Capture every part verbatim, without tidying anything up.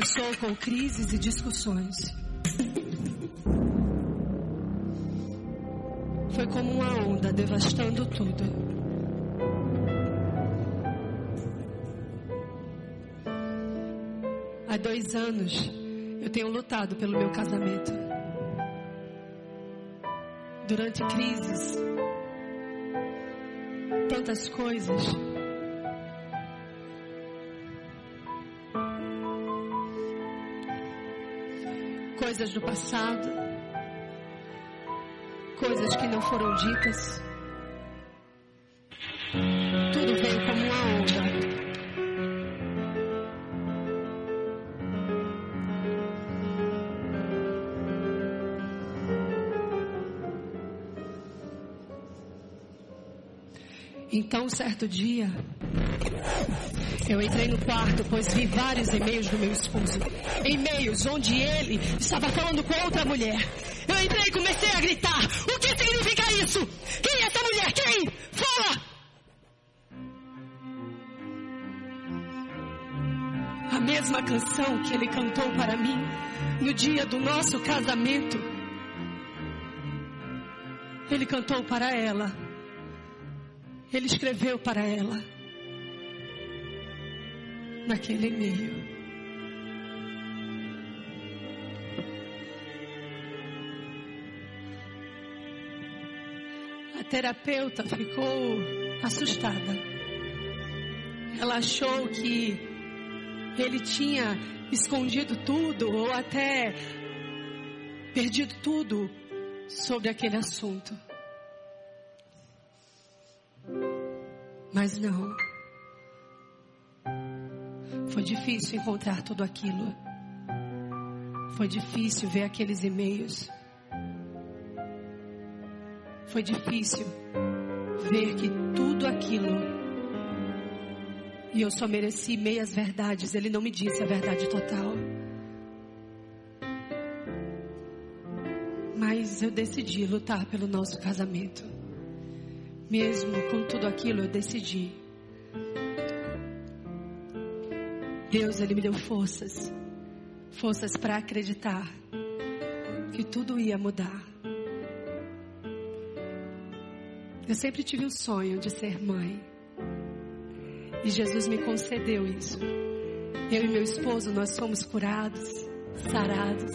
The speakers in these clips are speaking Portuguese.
começou com crises e discussões. Foi como uma onda devastando tudo. Há dois anos eu tenho lutado pelo meu casamento. Durante crises, tantas coisas. Coisas do passado, coisas que não foram ditas. Tudo veio como uma onda. Então, certo dia, eu entrei no quarto, pois vi vários e-mails do meu esposo. E-mails onde ele estava falando com outra mulher. Eu entrei e comecei a gritar. O que significa isso? Quem é essa mulher? Quem? Fala! A mesma canção que ele cantou para mim no dia do nosso casamento, ele cantou para ela. Ele escreveu para ela naquele e-mail. A terapeuta ficou assustada. Ela achou que ele tinha escondido tudo ou até perdido tudo sobre aquele assunto. Mas não. Foi difícil encontrar tudo aquilo. Foi difícil ver aqueles e-mails. Foi difícil ver que tudo aquilo, e eu só mereci meias verdades. Ele não me disse a verdade total. Mas eu decidi lutar pelo nosso casamento. Mesmo com tudo aquilo, eu decidi. Deus, Ele me deu forças. Forças para acreditar que tudo ia mudar. Eu sempre tive um sonho de ser mãe. E Jesus me concedeu isso. Eu e meu esposo, nós fomos curados, sarados.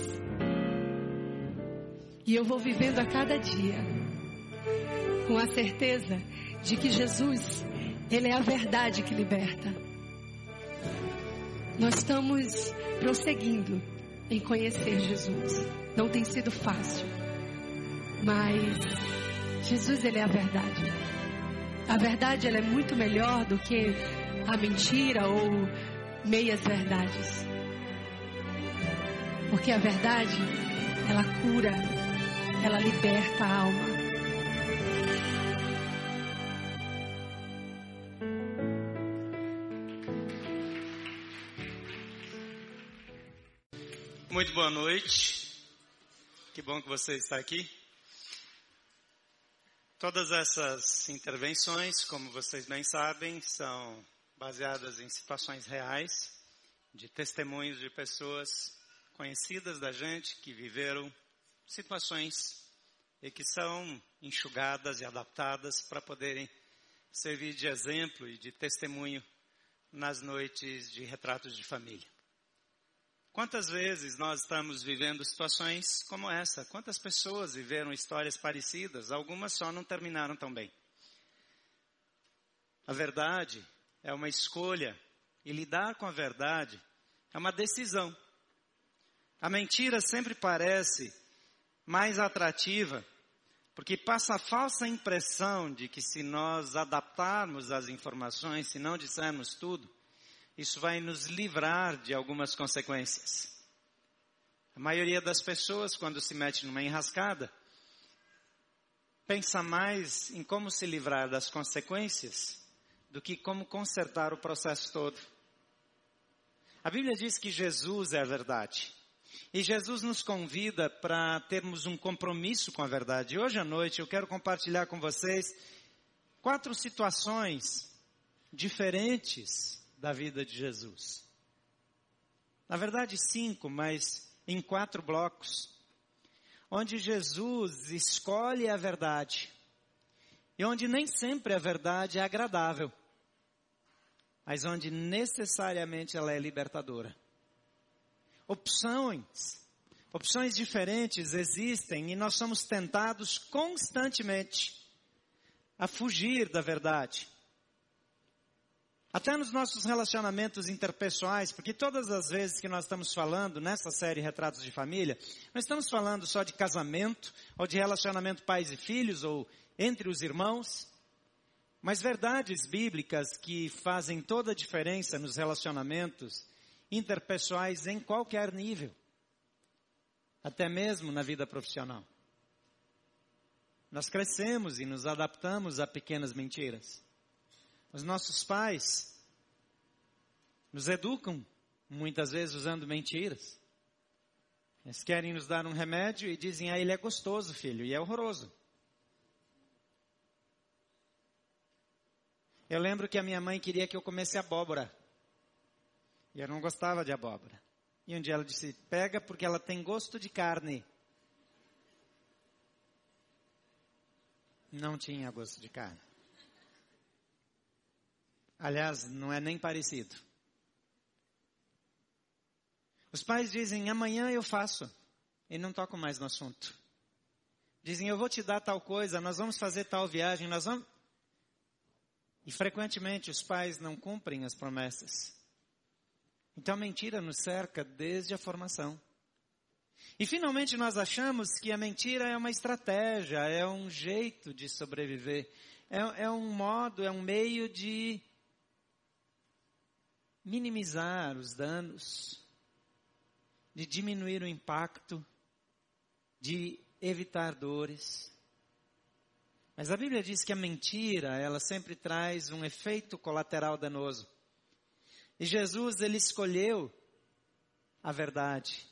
E eu vou vivendo a cada dia com a certeza de que Jesus, Ele é a verdade que liberta. Nós estamos prosseguindo em conhecer Jesus. Não tem sido fácil, mas Jesus, Ele é a verdade. A verdade, ela é muito melhor do que a mentira ou meias verdades. Porque a verdade, ela cura, ela liberta a alma. Muito boa noite, que bom que você está aqui. Todas essas intervenções, como vocês bem sabem, são baseadas em situações reais, de testemunhos de pessoas conhecidas da gente, que viveram situações e que são enxugadas e adaptadas para poderem servir de exemplo e de testemunho nas noites de retratos de família. Quantas vezes nós estamos vivendo situações como essa? Quantas pessoas viveram histórias parecidas? Algumas só não terminaram tão bem. A verdade é uma escolha e lidar com a verdade é uma decisão. A mentira sempre parece mais atrativa porque passa a falsa impressão de que se nós adaptarmos as informações, se não dissermos tudo, isso vai nos livrar de algumas consequências. A maioria das pessoas, quando se mete numa enrascada, pensa mais em como se livrar das consequências do que como consertar o processo todo. A Bíblia diz que Jesus é a verdade. E Jesus nos convida para termos um compromisso com a verdade. E hoje à noite eu quero compartilhar com vocês quatro situações diferentes da vida de Jesus. na verdade cinco, mas em quatro blocos, onde Jesus escolhe a verdade, e onde nem sempre a verdade é agradável, mas onde necessariamente ela é libertadora. Opções, opções diferentes existem e nós somos tentados constantemente a fugir da verdade. Até nos nossos relacionamentos interpessoais, porque todas as vezes que nós estamos falando nessa série Retratos de Família, nós estamos falando só de casamento, ou de relacionamento pais e filhos, ou entre os irmãos, mas verdades bíblicas que fazem toda a diferença nos relacionamentos interpessoais em qualquer nível, até mesmo na vida profissional. Nós crescemos e nos adaptamos a pequenas mentiras. Os nossos pais nos educam, muitas vezes usando mentiras. Eles querem nos dar um remédio e dizem, ah, ele é gostoso, filho, e é horroroso. Eu lembro que a minha mãe queria que eu comesse abóbora. E eu não gostava de abóbora. E um dia ela disse, pega porque ela tem gosto de carne. Não tinha gosto de carne. Aliás, não é nem parecido. Os pais dizem, amanhã eu faço. E não tocam mais no assunto. Dizem, eu vou te dar tal coisa, nós vamos fazer tal viagem, nós vamos... E frequentemente os pais não cumprem as promessas. Então a mentira nos cerca desde a formação. E finalmente nós achamos que a mentira é uma estratégia, é um jeito de sobreviver. É, é um modo, é um meio de minimizar os danos, de diminuir o impacto, de evitar dores. Mas a Bíblia diz que a mentira, ela sempre traz um efeito colateral danoso. E Jesus, ele escolheu a verdade.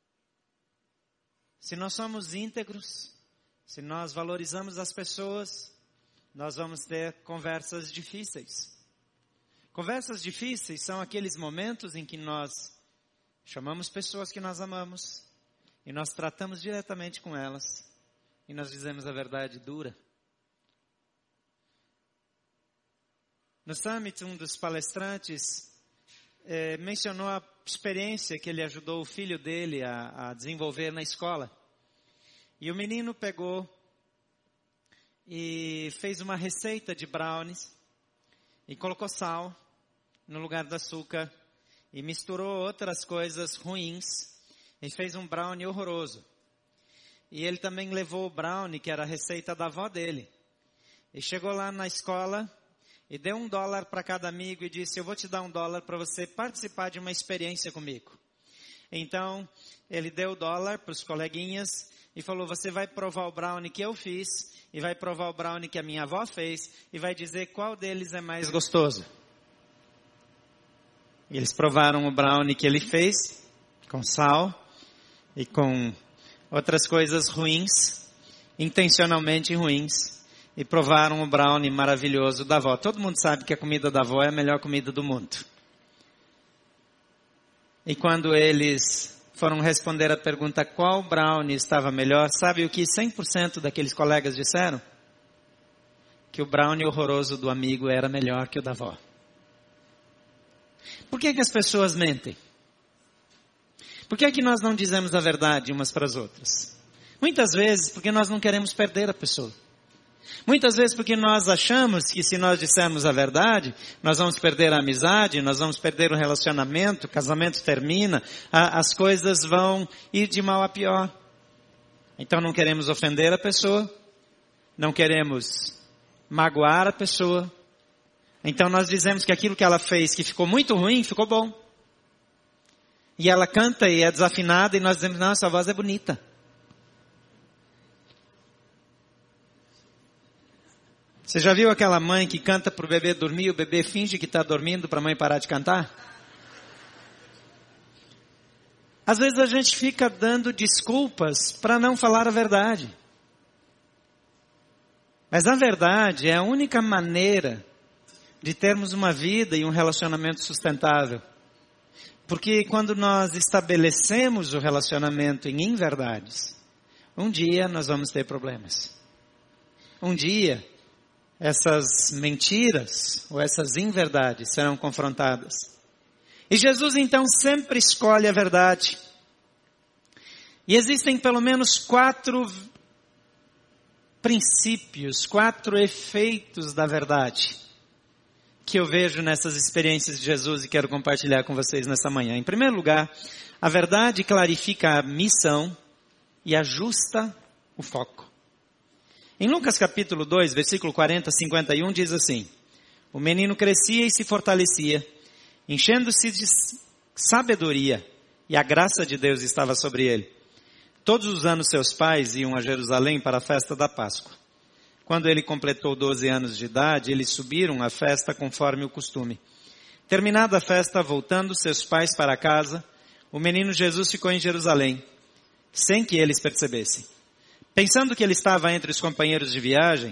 Se nós somos íntegros, se nós valorizamos as pessoas, nós vamos ter conversas difíceis. Conversas difíceis são aqueles momentos em que nós chamamos pessoas que nós amamos e nós tratamos diretamente com elas e nós dizemos a verdade dura. No Summit, um dos palestrantes eh, mencionou a experiência que ele ajudou o filho dele a, a desenvolver na escola. E o menino pegou e fez uma receita de brownies e colocou sal no lugar do açúcar e misturou outras coisas ruins e fez um brownie horroroso. E ele também levou o brownie, que era a receita da avó dele, e chegou lá na escola e deu um dólar para cada amigo e disse, eu vou te dar um dólar para você participar de uma experiência comigo. Então, ele deu o dólar para os coleguinhas e falou, você vai provar o brownie que eu fiz e vai provar o brownie que a minha avó fez e vai dizer qual deles é mais gostoso. E eles provaram o brownie que ele fez, com sal e com outras coisas ruins, intencionalmente ruins. E provaram o brownie maravilhoso da avó. Todo mundo sabe que a comida da avó é a melhor comida do mundo. E quando eles foram responder a pergunta qual brownie estava melhor, sabe o que cem por cento daqueles colegas disseram? Que o brownie horroroso do amigo era melhor que o da avó. Por que que as pessoas mentem? Por que que nós não dizemos a verdade umas para as outras? Muitas vezes porque nós não queremos perder a pessoa. Muitas vezes porque nós achamos que se nós dissermos a verdade, nós vamos perder a amizade, nós vamos perder o relacionamento, o casamento termina, a, as coisas vão ir de mal a pior. Então não queremos ofender a pessoa, não queremos magoar a pessoa. Então nós dizemos que aquilo que ela fez, que ficou muito ruim, ficou bom. E ela canta e é desafinada e nós dizemos, não, essa voz é bonita. Você já viu aquela mãe que canta para o bebê dormir e o bebê finge que está dormindo para a mãe parar de cantar? Às vezes a gente fica dando desculpas para não falar a verdade. Mas a verdade é a única maneira de termos uma vida e um relacionamento sustentável. Porque quando nós estabelecemos o relacionamento em inverdades, um dia nós vamos ter problemas. Um dia, essas mentiras ou essas inverdades serão confrontadas. E Jesus então sempre escolhe a verdade. E existem pelo menos quatro princípios, quatro efeitos da verdade que eu vejo nessas experiências de Jesus e quero compartilhar com vocês nessa manhã. Em primeiro lugar, a verdade clarifica a missão e ajusta o foco. Em Lucas capítulo dois, versículo quarenta a cinquenta e um, diz assim: o menino crescia e se fortalecia, enchendo-se de sabedoria, e a graça de Deus estava sobre ele. Todos os anos seus pais iam a Jerusalém para a festa da Páscoa. Quando ele completou doze anos de idade, eles subiram à festa conforme o costume. Terminada a festa, voltando seus pais para casa, o menino Jesus ficou em Jerusalém, sem que eles percebessem. Pensando que ele estava entre os companheiros de viagem,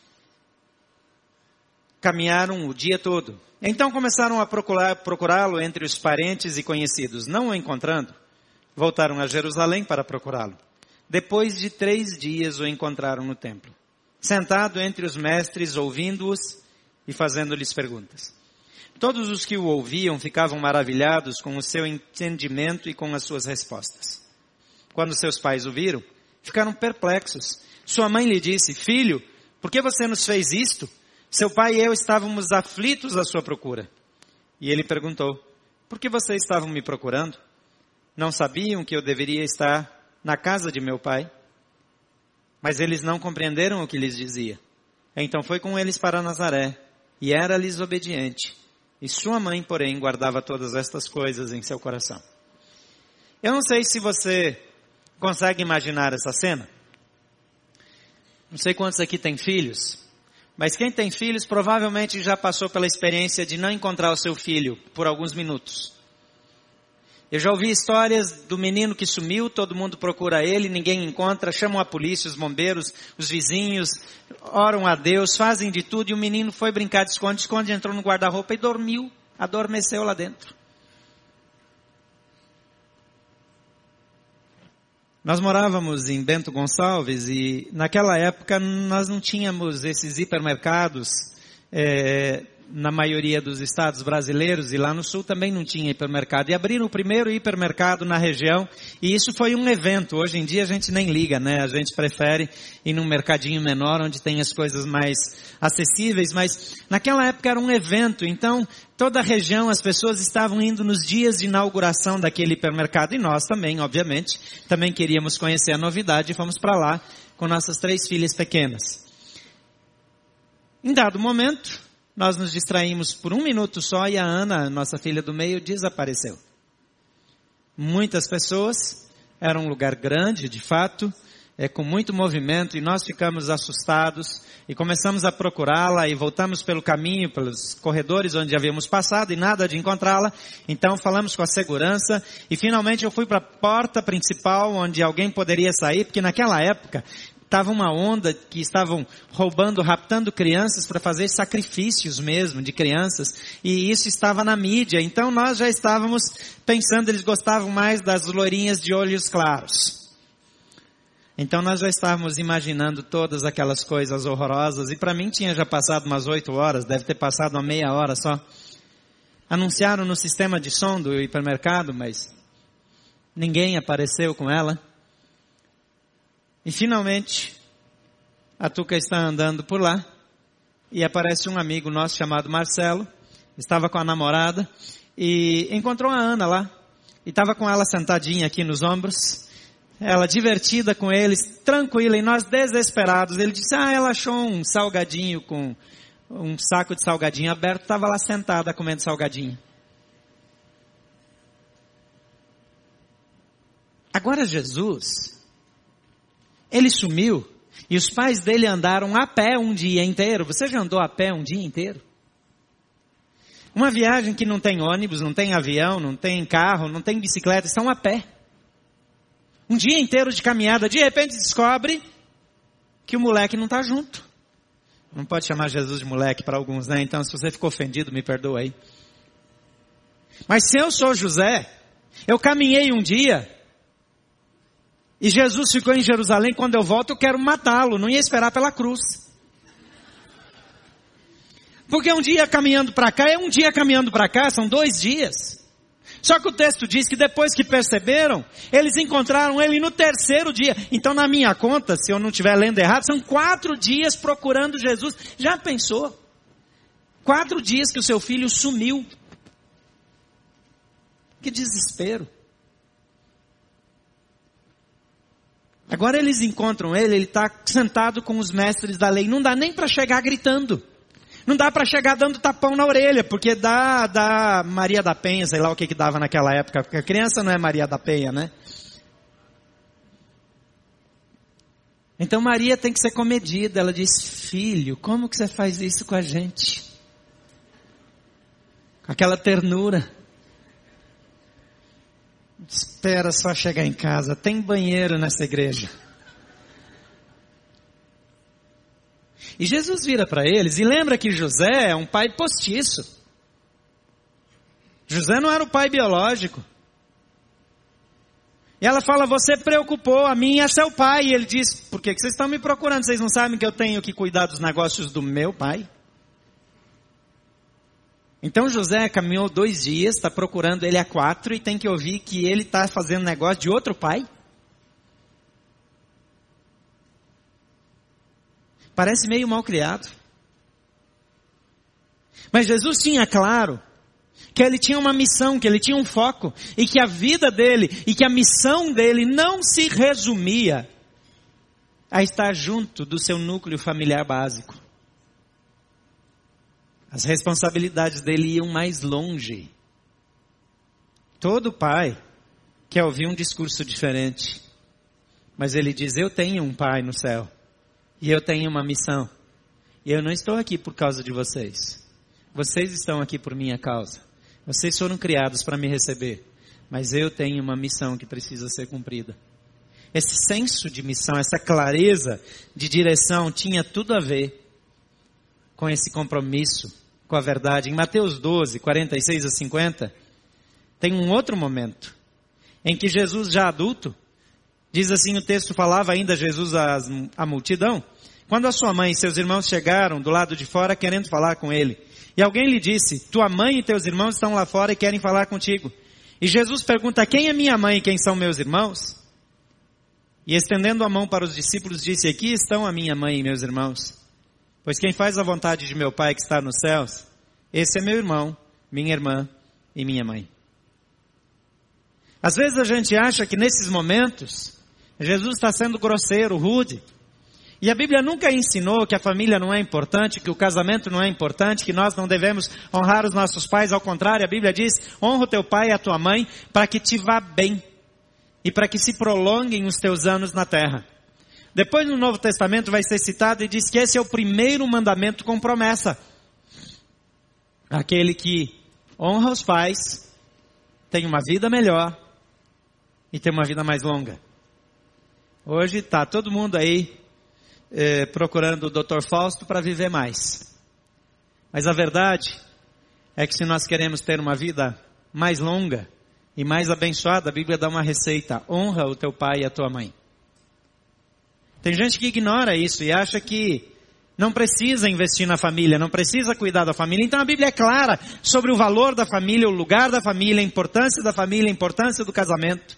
caminharam o dia todo. Então começaram a procurar, procurá-lo entre os parentes e conhecidos. Não o encontrando, voltaram a Jerusalém para procurá-lo. Depois de três dias o encontraram no templo, sentado entre os mestres, ouvindo-os e fazendo-lhes perguntas. Todos os que o ouviam ficavam maravilhados com o seu entendimento e com as suas respostas. Quando seus pais o viram, ficaram perplexos. Sua mãe lhe disse: filho, por que você nos fez isto? Seu pai e eu estávamos aflitos à sua procura. E ele perguntou: por que vocês estavam me procurando? Não sabiam que eu deveria estar na casa de meu pai? Mas eles não compreenderam o que lhes dizia. Então foi com eles para Nazaré, e era-lhes obediente. E sua mãe, porém, guardava todas estas coisas em seu coração. Eu não sei se você consegue imaginar essa cena. Não sei quantos aqui têm filhos, mas quem tem filhos provavelmente já passou pela experiência de não encontrar o seu filho por alguns minutos. Eu já ouvi histórias do menino que sumiu, todo mundo procura ele, ninguém encontra, chamam a polícia, os bombeiros, os vizinhos, oram a Deus, fazem de tudo, e o menino foi brincar de esconde-esconde, entrou no guarda-roupa e dormiu, adormeceu lá dentro. Nós morávamos em Bento Gonçalves e naquela época nós não tínhamos esses hipermercados, é, na maioria dos estados brasileiros, e lá no sul também não tinha hipermercado. E abriram o primeiro hipermercado na região, e isso foi um evento. Hoje em dia a gente nem liga, né? A gente prefere ir num mercadinho menor, onde tem as coisas mais acessíveis, mas naquela época era um evento. Então, toda a região, as pessoas estavam indo nos dias de inauguração daquele hipermercado, e nós também, obviamente, também queríamos conhecer a novidade, e fomos para lá com nossas três filhas pequenas. Em dado momento, nós nos distraímos por um minuto só e a Ana, nossa filha do meio, desapareceu. Muitas pessoas, era um lugar grande, de fato, é, com muito movimento, e nós ficamos assustados e começamos a procurá-la e voltamos pelo caminho, pelos corredores onde havíamos passado e nada de encontrá-la. Então falamos com a segurança e finalmente eu fui para a porta principal onde alguém poderia sair, porque naquela época estava uma onda que estavam roubando, raptando crianças para fazer sacrifícios mesmo de crianças. E isso estava na mídia. Então nós já estávamos pensando, eles gostavam mais das loirinhas de olhos claros. Então nós já estávamos imaginando todas aquelas coisas horrorosas. E para mim tinha já passado umas oito horas, deve ter passado uma meia hora só. Anunciaram no sistema de som do hipermercado, mas ninguém apareceu com ela. E finalmente, a Tuca está andando por lá e aparece um amigo nosso chamado Marcelo, estava com a namorada e encontrou a Ana lá e estava com ela sentadinha aqui nos ombros, ela divertida com eles, tranquila, e nós desesperados. Ele disse, ah, ela achou um salgadinho com um saco de salgadinho aberto, estava lá sentada comendo salgadinho. Agora Jesus, ele sumiu e os pais dele andaram a pé um dia inteiro. Você já andou a pé um dia inteiro? Uma viagem que não tem ônibus, não tem avião, não tem carro, não tem bicicleta, estão a pé. Um dia inteiro de caminhada, de repente descobre que o moleque não está junto. Não pode chamar Jesus de moleque para alguns, né? Então se você ficou ofendido, me perdoa aí. Mas se eu sou José, eu caminhei um dia, e Jesus ficou em Jerusalém, quando eu volto eu quero matá-lo, não ia esperar pela cruz. Porque um dia caminhando para cá, é um dia caminhando para cá, são dois dias. Só que o texto diz que depois que perceberam, eles encontraram ele no terceiro dia. Então na minha conta, se eu não estiver lendo errado, são quatro dias procurando Jesus. Já pensou? Quatro dias que o seu filho sumiu. Que desespero. Agora eles encontram ele, ele está sentado com os mestres da lei. Não dá nem para chegar gritando. Não dá para chegar dando tapão na orelha, porque dá, dá Maria da Penha, sei lá o que que dava naquela época. Porque a criança não é Maria da Penha, né? Então Maria tem que ser comedida. Ela diz, filho, como que você faz isso com a gente? Com aquela ternura. Espera só chegar em casa, tem banheiro nessa igreja. E Jesus vira para eles e lembra que José é um pai postiço. José não era o pai biológico. E ela fala, você preocupou a mim, é seu pai. E ele diz, por que vocês estão me procurando? Vocês não sabem que eu tenho que cuidar dos negócios do meu pai? Então José caminhou dois dias, está procurando ele há quatro e tem que ouvir que ele está fazendo negócio de outro pai? Parece meio mal criado. Mas Jesus tinha claro que ele tinha uma missão, que ele tinha um foco, e que a vida dele, e que a missão dele não se resumia a estar junto do seu núcleo familiar básico. As responsabilidades dele iam mais longe. Todo pai quer ouvir um discurso diferente. Mas ele diz, eu tenho um pai no céu. E eu tenho uma missão. E eu não estou aqui por causa de vocês. Vocês estão aqui por minha causa. Vocês foram criados para me receber. Mas eu tenho uma missão que precisa ser cumprida. Esse senso de missão, essa clareza de direção tinha tudo a ver com esse compromisso com a verdade. Em Mateus doze, quarenta e seis a cinquenta, tem um outro momento em que Jesus, já adulto, diz assim, o texto falava ainda Jesus à multidão, quando a sua mãe e seus irmãos chegaram do lado de fora querendo falar com ele, e alguém lhe disse, tua mãe e teus irmãos estão lá fora e querem falar contigo. E Jesus pergunta, quem é minha mãe e quem são meus irmãos? E estendendo a mão para os discípulos, disse, aqui estão a minha mãe e meus irmãos. Pois quem faz a vontade de meu Pai que está nos céus, esse é meu irmão, minha irmã e minha mãe. Às vezes a gente acha que nesses momentos, Jesus está sendo grosseiro, rude. E a Bíblia nunca ensinou que a família não é importante, que o casamento não é importante, que nós não devemos honrar os nossos pais. Ao contrário, a Bíblia diz, honra o teu pai e a tua mãe para que te vá bem e para que se prolonguem os teus anos na terra. Depois no Novo Testamento vai ser citado e diz que esse é o primeiro mandamento com promessa. Aquele que honra os pais tem uma vida melhor e tem uma vida mais longa. Hoje está todo mundo aí eh, procurando o doutor Fausto para viver mais. Mas a verdade é que se nós queremos ter uma vida mais longa e mais abençoada, a Bíblia dá uma receita. Honra o teu pai e a tua mãe. Tem gente que ignora isso e acha que não precisa investir na família, não precisa cuidar da família. Então a Bíblia é clara sobre o valor da família, o lugar da família, a importância da família, a importância do casamento.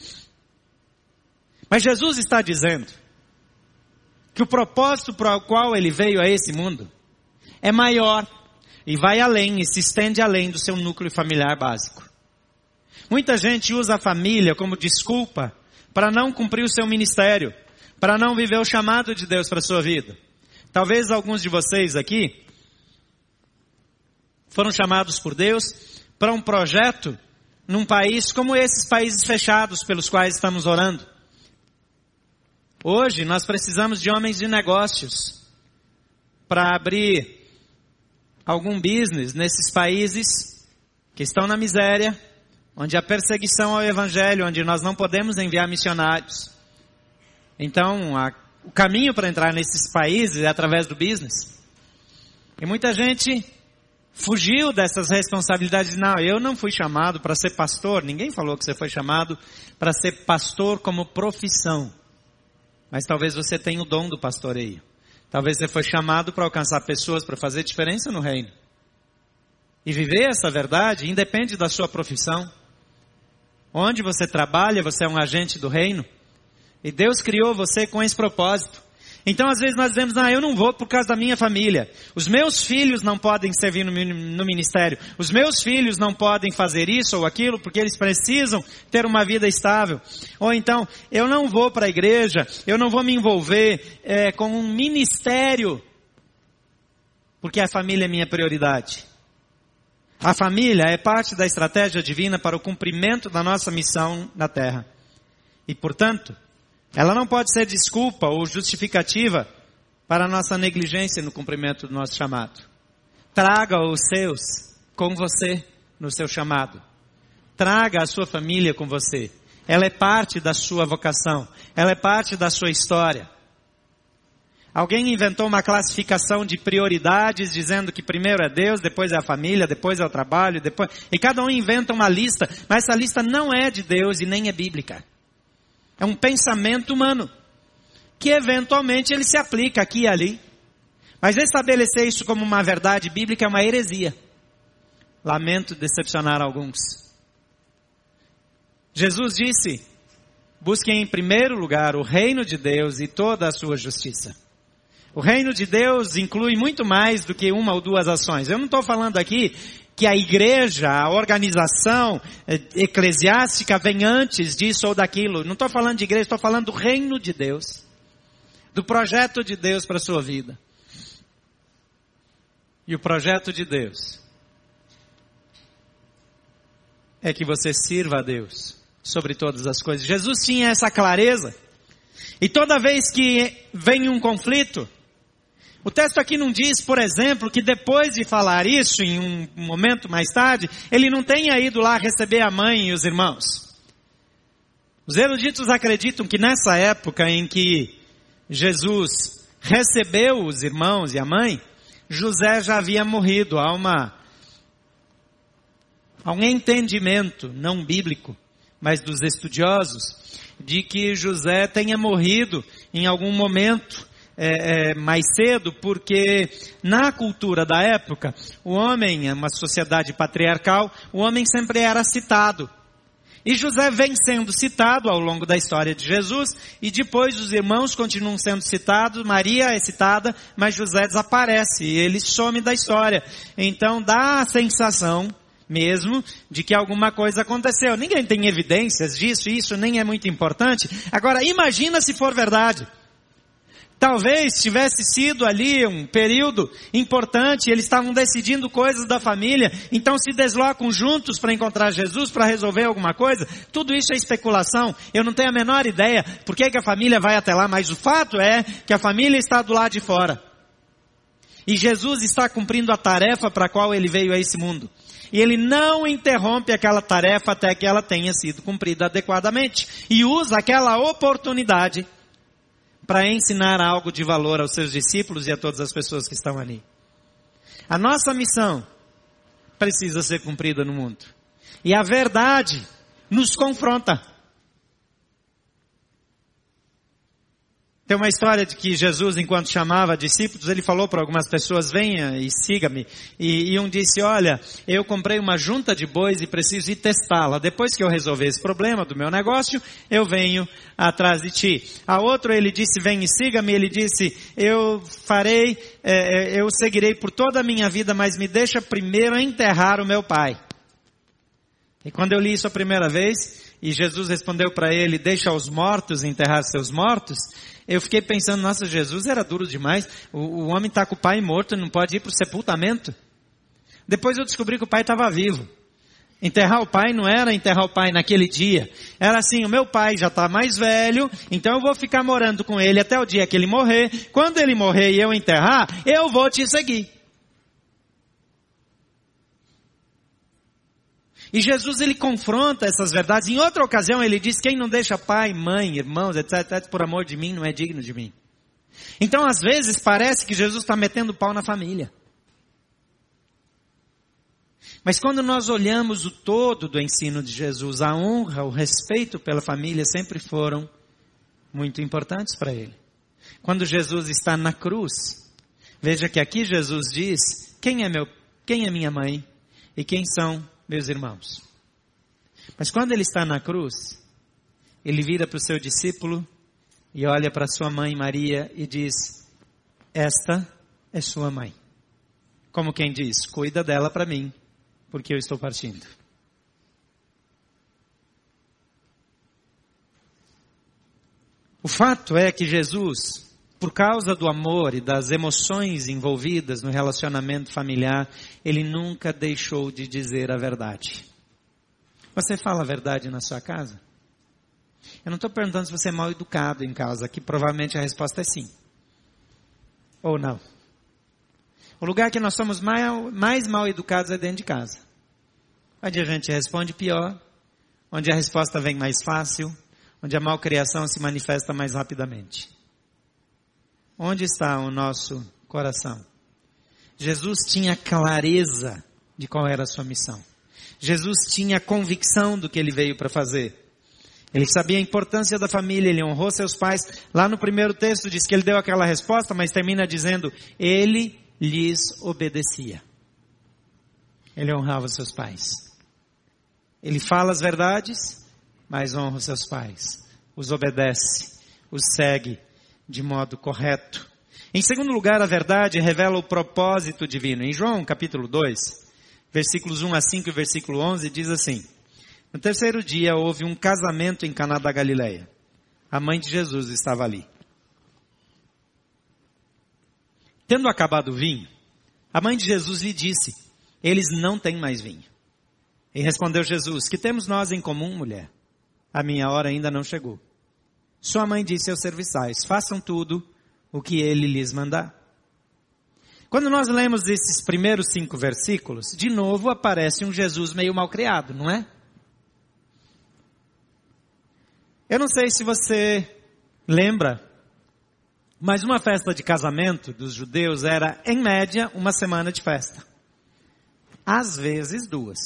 Mas Jesus está dizendo que o propósito para o qual ele veio a esse mundo é maior e vai além e se estende além do seu núcleo familiar básico. Muita gente usa a família como desculpa para não cumprir o seu ministério, para não viver o chamado de Deus para a sua vida. Talvez alguns de vocês aqui foram chamados por Deus para um projeto num país como esses países fechados pelos quais estamos orando. Hoje nós precisamos de homens de negócios para abrir algum business nesses países que estão na miséria, onde há perseguição ao evangelho, onde nós não podemos enviar missionários. Então, a, o caminho para entrar nesses países é através do business. E muita gente fugiu dessas responsabilidades. Não, eu não fui chamado para ser pastor. Ninguém falou que você foi chamado para ser pastor como profissão. Mas talvez você tenha o dom do pastoreio. Talvez você foi chamado para alcançar pessoas, para fazer diferença no reino. E viver essa verdade independe da sua profissão. Onde você trabalha, você é um agente do reino. E Deus criou você com esse propósito. Então, às vezes nós dizemos, não, eu não vou por causa da minha família. Os meus filhos não podem servir no, no ministério. Os meus filhos não podem fazer isso ou aquilo, porque eles precisam ter uma vida estável. Ou então, eu não vou para a igreja, eu não vou me envolver é, com um ministério, porque a família é minha prioridade. A família é parte da estratégia divina para o cumprimento da nossa missão na terra. E, portanto, ela não pode ser desculpa ou justificativa para a nossa negligência no cumprimento do nosso chamado. Traga os seus com você no seu chamado. Traga a sua família com você. Ela é parte da sua vocação. Ela é parte da sua história. Alguém inventou uma classificação de prioridades, dizendo que primeiro é Deus, depois é a família, depois é o trabalho, depois... E cada um inventa uma lista, mas essa lista não é de Deus e nem é bíblica. É um pensamento humano, que eventualmente ele se aplica aqui e ali. Mas estabelecer isso como uma verdade bíblica é uma heresia. Lamento decepcionar alguns. Jesus disse, busquem em primeiro lugar o reino de Deus e toda a sua justiça. O reino de Deus inclui muito mais do que uma ou duas ações. Eu não estou falando aqui que a igreja, a organização eclesiástica vem antes disso ou daquilo. Não estou falando de igreja, estou falando do reino de Deus. Do projeto de Deus para a sua vida. E o projeto de Deus é que você sirva a Deus sobre todas as coisas. Jesus tinha essa clareza. E toda vez que vem um conflito, o texto aqui não diz, por exemplo, que depois de falar isso, em um momento mais tarde, ele não tenha ido lá receber a mãe e os irmãos. Os eruditos acreditam que nessa época em que Jesus recebeu os irmãos e a mãe, José já havia morrido. Há uma, há um entendimento, não bíblico, mas dos estudiosos, de que José tenha morrido em algum momento É, é, mais cedo, porque na cultura da época, o homem, é uma sociedade patriarcal, o homem sempre era citado. E José vem sendo citado ao longo da história de Jesus, e depois os irmãos continuam sendo citados, Maria é citada, mas José desaparece, e ele some da história. Então dá a sensação mesmo de que alguma coisa aconteceu. Ninguém tem evidências disso, isso nem é muito importante. Agora, imagina se for verdade. Talvez tivesse sido ali um período importante, eles estavam decidindo coisas da família, então se deslocam juntos para encontrar Jesus, para resolver alguma coisa. Tudo isso é especulação, eu não tenho a menor ideia por que que a família vai até lá, mas o fato é que a família está do lado de fora. E Jesus está cumprindo a tarefa para a qual ele veio a esse mundo. E ele não interrompe aquela tarefa até que ela tenha sido cumprida adequadamente. E usa aquela oportunidade para ensinar algo de valor aos seus discípulos e a todas as pessoas que estão ali. A nossa missão precisa ser cumprida no mundo. E a verdade nos confronta. Tem uma história de que Jesus, enquanto chamava discípulos, ele falou para algumas pessoas, venha e siga-me. E, e um disse, olha, eu comprei uma junta de bois e preciso ir testá-la. Depois que eu resolver esse problema do meu negócio, eu venho atrás de ti. A outro ele disse, vem e siga-me. Ele disse, eu farei, é, eu seguirei por toda a minha vida, mas me deixa primeiro enterrar o meu pai. E quando eu li isso a primeira vez, e Jesus respondeu para ele, deixa os mortos enterrar seus mortos, eu fiquei pensando, nossa, Jesus era duro demais, o, o homem está com o pai morto, não pode ir para o sepultamento. Depois eu descobri que o pai estava vivo. Enterrar o pai não era enterrar o pai naquele dia, era assim, o meu pai já está mais velho, então eu vou ficar morando com ele até o dia que ele morrer, quando ele morrer e eu enterrar, eu vou te seguir. E Jesus, ele confronta essas verdades. Em outra ocasião, ele diz, quem não deixa pai, mãe, irmãos, etc, etc, por amor de mim, não é digno de mim. Então, às vezes, parece que Jesus está metendo pau na família. Mas quando nós olhamos o todo do ensino de Jesus, a honra, o respeito pela família sempre foram muito importantes para ele. Quando Jesus está na cruz, veja que aqui Jesus diz, quem é meu, quem é minha mãe e quem são meus irmãos? Mas quando ele está na cruz, ele vira para o seu discípulo e olha para sua mãe Maria e diz, esta é sua mãe. Como quem diz, cuida dela para mim, porque eu estou partindo. O fato é que Jesus, por causa do amor e das emoções envolvidas no relacionamento familiar, ele nunca deixou de dizer a verdade. Você fala a verdade na sua casa? Eu não estou perguntando se você é mal educado em casa, que provavelmente a resposta é sim. Ou não. O lugar que nós somos mais, mais mal educados é dentro de casa. Onde a gente responde pior, onde a resposta vem mais fácil, onde a malcriação se manifesta mais rapidamente. Onde está o nosso coração? Jesus tinha clareza de qual era a sua missão. Jesus tinha convicção do que ele veio para fazer. Ele sabia a importância da família, ele honrou seus pais. Lá no primeiro texto diz que ele deu aquela resposta, mas termina dizendo, ele lhes obedecia. Ele honrava seus pais. Ele fala as verdades, mas honra os seus pais. Os obedece, os segue de modo correto. Em segundo lugar, a verdade revela o propósito divino. Em João capítulo dois, versículos um a cinco e versículo onze, diz assim, no terceiro dia houve um casamento em Caná da Galileia. A mãe de Jesus estava ali. Tendo acabado o vinho, a mãe de Jesus lhe disse, eles não têm mais vinho. E respondeu Jesus, que temos nós em comum, mulher? A minha hora ainda não chegou. Sua mãe disse aos serviçais, façam tudo o que ele lhes mandar. Quando nós lemos esses primeiros cinco versículos, de novo aparece um Jesus meio malcriado, não é? Eu não sei se você lembra, mas uma festa de casamento dos judeus era, em média, uma semana de festa. Às vezes, duas.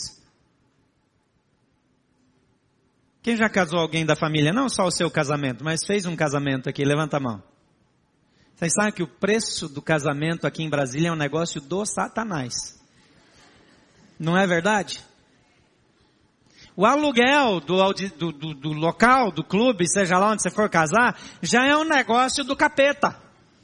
Quem já casou alguém da família? Não só o seu casamento, mas fez um casamento aqui. Levanta a mão. Vocês sabem que o preço do casamento aqui em Brasília é um negócio do Satanás. Não é verdade? O aluguel do, do, do, do local, do clube, seja lá onde você for casar, já é um negócio do capeta.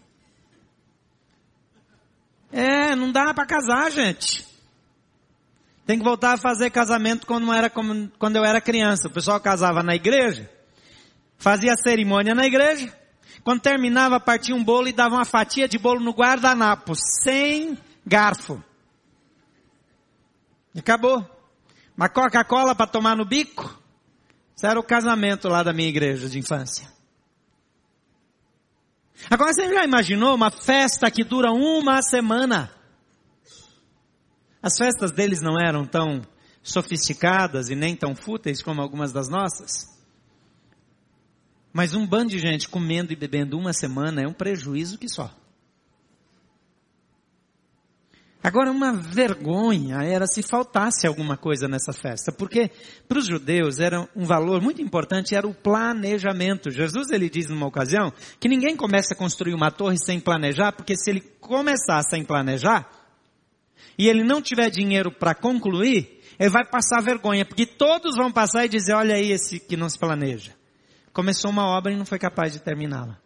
É, não dá para casar, gente. Tem que voltar a fazer casamento quando, era, como, quando eu era criança. O pessoal casava na igreja, fazia a cerimônia na igreja, quando terminava partia um bolo e dava uma fatia de bolo no guardanapo, sem garfo. E acabou. Uma Coca-Cola para tomar no bico? Isso era o casamento lá da minha igreja de infância. Agora você já imaginou uma festa que dura uma semana? As festas deles não eram tão sofisticadas e nem tão fúteis como algumas das nossas. Mas um bando de gente comendo e bebendo uma semana é um prejuízo que só. Agora, uma vergonha era se faltasse alguma coisa nessa festa, porque para os judeus era um valor muito importante, era o planejamento. Jesus, ele diz numa ocasião, que ninguém começa a construir uma torre sem planejar, porque se ele começar sem planejar, e ele não tiver dinheiro para concluir, ele vai passar vergonha, porque todos vão passar e dizer, olha aí esse que não se planeja. Começou uma obra e não foi capaz de terminá-la.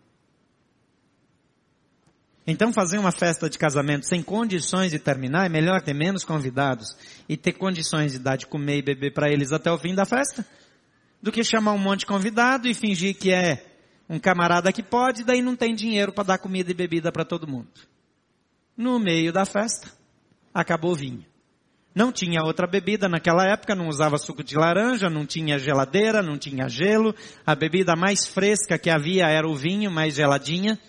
Então fazer uma festa de casamento sem condições de terminar, é melhor ter menos convidados e ter condições de dar de comer e beber para eles até o fim da festa, do que chamar um monte de convidado e fingir que é um camarada que pode, e daí não tem dinheiro para dar comida e bebida para todo mundo. No meio da festa, acabou o vinho. Não tinha outra bebida naquela época, não usava suco de laranja, não tinha geladeira, não tinha gelo. A bebida mais fresca que havia era o vinho, mais geladinha.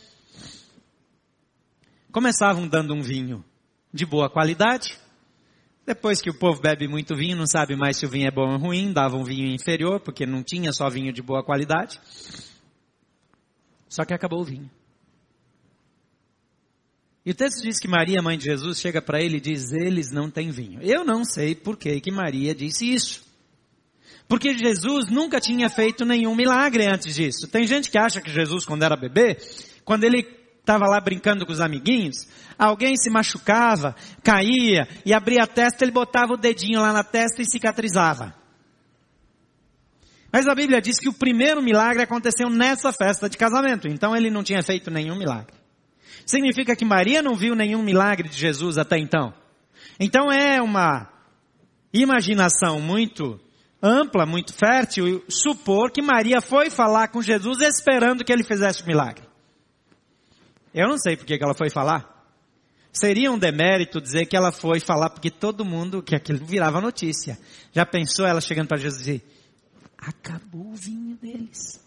Começavam dando um vinho de boa qualidade. Depois que o povo bebe muito vinho, não sabe mais se o vinho é bom ou ruim, dava um vinho inferior, porque não tinha só vinho de boa qualidade. Só que acabou o vinho. E o texto diz que Maria, mãe de Jesus, chega para ele e diz, eles não têm vinho. Eu não sei por que que Maria disse isso. Porque Jesus nunca tinha feito nenhum milagre antes disso. Tem gente que acha que Jesus, quando era bebê, quando ele estava lá brincando com os amiguinhos, alguém se machucava, caía e abria a testa, ele botava o dedinho lá na testa e cicatrizava. Mas a Bíblia diz que o primeiro milagre aconteceu nessa festa de casamento. Então ele não tinha feito nenhum milagre. Significa que Maria não viu nenhum milagre de Jesus até então. Então é uma imaginação muito ampla, muito fértil, supor que Maria foi falar com Jesus esperando que ele fizesse o milagre. Eu não sei por que ela foi falar. Seria um demérito dizer que ela foi falar porque todo mundo, que aquilo virava notícia. Já pensou ela chegando para Jesus e dizer, acabou o vinho deles.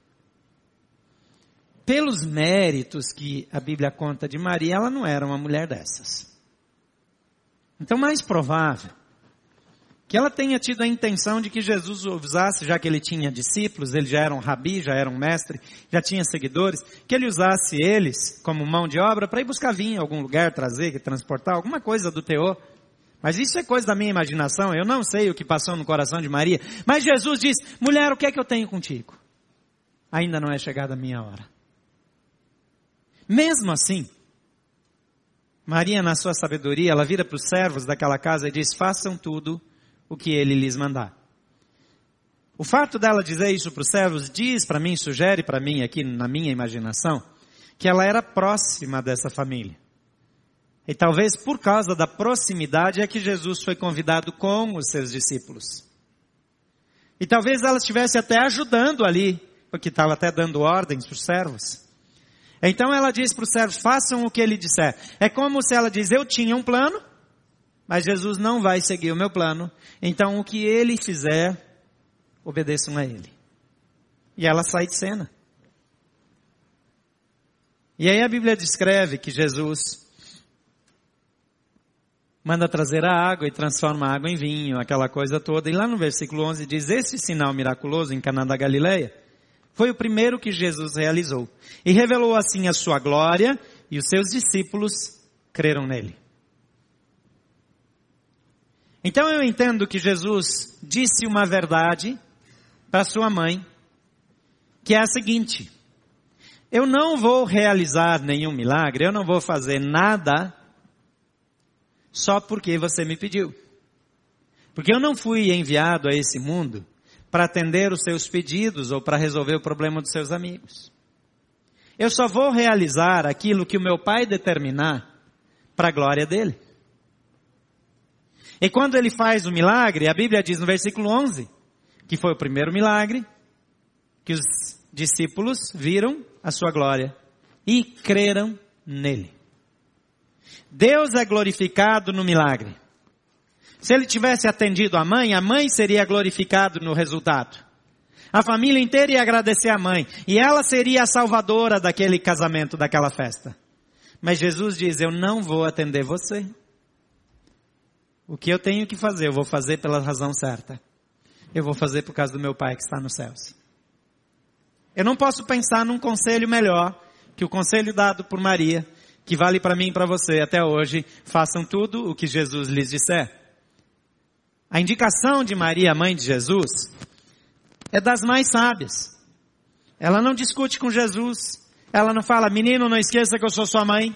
Pelos méritos que a Bíblia conta de Maria, ela não era uma mulher dessas. Então, mais provável que ela tenha tido a intenção de que Jesus usasse, já que ele tinha discípulos, ele já era um rabi, já era um mestre, já tinha seguidores, que ele usasse eles como mão de obra para ir buscar vinho em algum lugar, trazer, transportar, alguma coisa do teor. Mas isso é coisa da minha imaginação, eu não sei o que passou no coração de Maria. Mas Jesus diz, mulher, o que é que eu tenho contigo? Ainda não é chegada a minha hora. Mesmo assim, Maria, na sua sabedoria, ela vira para os servos daquela casa e diz, façam tudo o que ele lhes mandar. O fato dela dizer isso para os servos diz para mim, sugere para mim aqui na minha imaginação, que ela era próxima dessa família. E talvez por causa da proximidade é que Jesus foi convidado com os seus discípulos. E talvez ela estivesse até ajudando ali, porque estava até dando ordens para os servos. Então ela diz para os servos, façam o que ele disser. É como se ela diz, eu tinha um plano, mas Jesus não vai seguir o meu plano. Então o que ele fizer, obedeçam a ele. E ela sai de cena. E aí a Bíblia descreve que Jesus manda trazer a água e transforma a água em vinho, aquela coisa toda. E lá no versículo onze diz, esse sinal miraculoso em Caná da Galileia foi o primeiro que Jesus realizou. E revelou assim a sua glória e os seus discípulos creram nele. Então eu entendo que Jesus disse uma verdade para sua mãe, que é a seguinte, eu não vou realizar nenhum milagre, eu não vou fazer nada só porque você me pediu. Porque eu não fui enviado a esse mundo para atender os seus pedidos ou para resolver o problema dos seus amigos. Eu só vou realizar aquilo que o meu Pai determinar para a glória dele. E quando ele faz o milagre, a Bíblia diz no versículo onze, que foi o primeiro milagre, que os discípulos viram a sua glória e creram nele. Deus é glorificado no milagre. Se ele tivesse atendido a mãe, a mãe seria glorificada no resultado. A família inteira ia agradecer a mãe. E ela seria a salvadora daquele casamento, daquela festa. Mas Jesus diz, eu não vou atender você. O que eu tenho que fazer, eu vou fazer pela razão certa. Eu vou fazer por causa do meu Pai que está nos céus. Eu não posso pensar num conselho melhor que o conselho dado por Maria, que vale para mim e para você até hoje. Façam tudo o que Jesus lhes disser. A indicação de Maria, mãe de Jesus, é das mais sábias. Ela não discute com Jesus. Ela não fala, menino, não esqueça que eu sou sua mãe.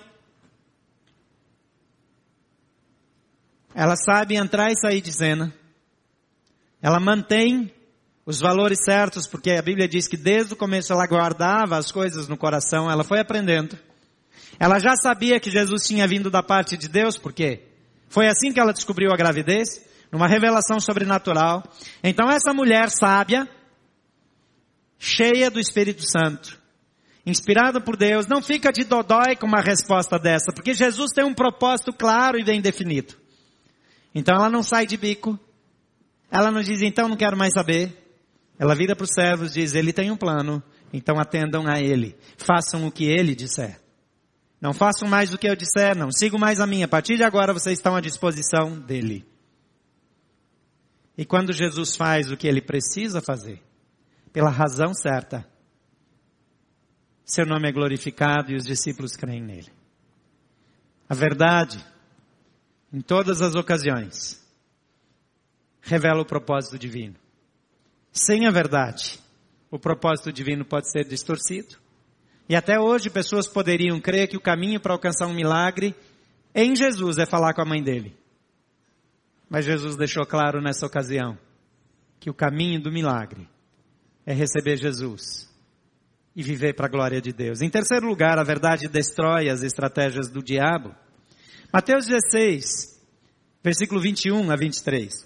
Ela sabe entrar e sair de cena. Ela mantém os valores certos, porque a Bíblia diz que desde o começo ela guardava as coisas no coração, ela foi aprendendo. Ela já sabia que Jesus tinha vindo da parte de Deus, porque foi assim que ela descobriu a gravidez, numa revelação sobrenatural. Então essa mulher sábia, cheia do Espírito Santo, inspirada por Deus, não fica de dodói com uma resposta dessa, porque Jesus tem um propósito claro e bem definido. Então ela não sai de bico, ela não diz, então não quero mais saber. Ela vira para os servos e diz, ele tem um plano, então atendam a ele, façam o que ele disser. Não façam mais do que eu disser, não sigam mais a mim, a partir de agora vocês estão à disposição dele. E quando Jesus faz o que ele precisa fazer, pela razão certa, seu nome é glorificado e os discípulos creem nele. A verdade, em todas as ocasiões, revela o propósito divino. Sem a verdade, o propósito divino pode ser distorcido. E até hoje pessoas poderiam crer que o caminho para alcançar um milagre em Jesus é falar com a mãe dele. Mas Jesus deixou claro nessa ocasião que o caminho do milagre é receber Jesus e viver para a glória de Deus. Em terceiro lugar, a verdade destrói as estratégias do diabo. Mateus dezesseis, versículo vinte e um a vinte e três.